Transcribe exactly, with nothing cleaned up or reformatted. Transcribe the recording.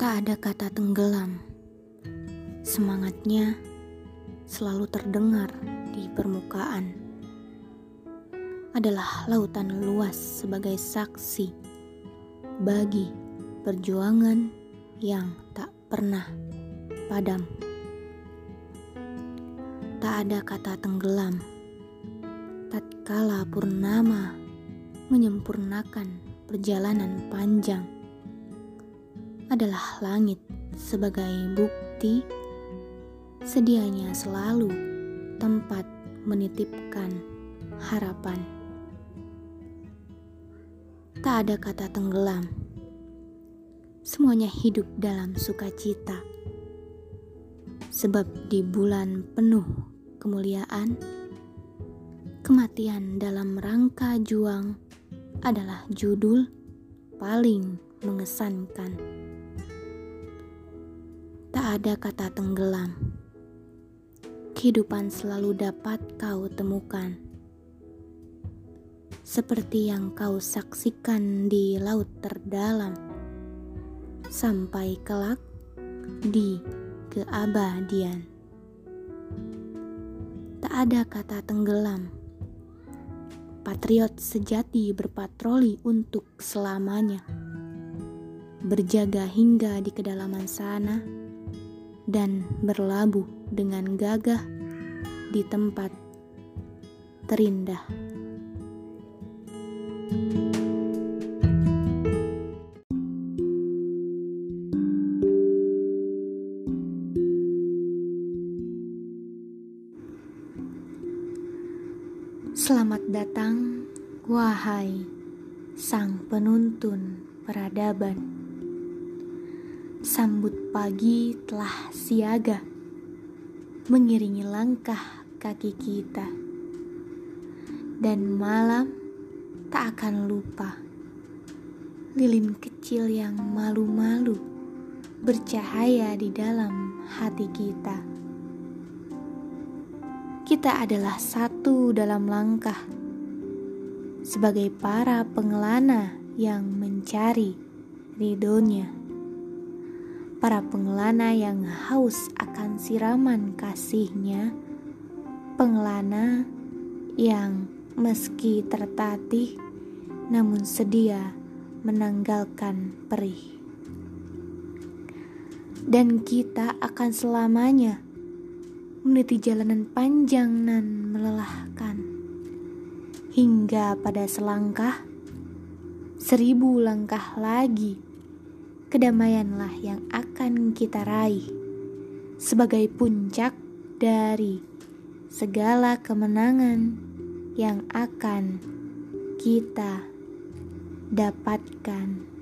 Tak ada kata tenggelam. Semangatnya selalu terdengar di permukaan. Adalah lautan luas sebagai saksi bagi perjuangan yang tak pernah padam. Tak ada kata tenggelam tatkala purnama menyempurnakan perjalanan panjang. Adalah langit sebagai bukti sedianya selalu tempat menitipkan harapan. Tak ada kata tenggelam. Semuanya hidup dalam sukacita. Sebab di bulan penuh kemuliaan, kematian dalam rangka juang adalah judul paling mengesankan. Tak ada kata tenggelam. Kehidupan selalu dapat kau temukan. Seperti yang kau saksikan di laut terdalam, sampai kelak di keabadian. Tak ada kata tenggelam. Patriot sejati berpatroli untuk selamanya, berjaga hingga di kedalaman sana, dan berlabuh dengan gagah di tempat terindah. Selamat datang, wahai sang penuntun peradaban. Sambut pagi telah siaga, mengiringi langkah kaki kita. Dan malam tak akan lupa, lilin kecil yang malu-malu bercahaya di dalam hati kita. Kita adalah satu dalam langkah, sebagai para pengelana yang mencari ridhonya. Para pengelana yang haus akan siraman kasihnya, pengelana yang meski tertatih namun sedia menanggalkan perih. Dan kita akan selamanya meniti jalanan panjang nan melelahkan, hingga pada selangkah, seribu langkah lagi, kedamaianlah yang akan kita raih sebagai puncak dari segala kemenangan yang akan kita dapatkan.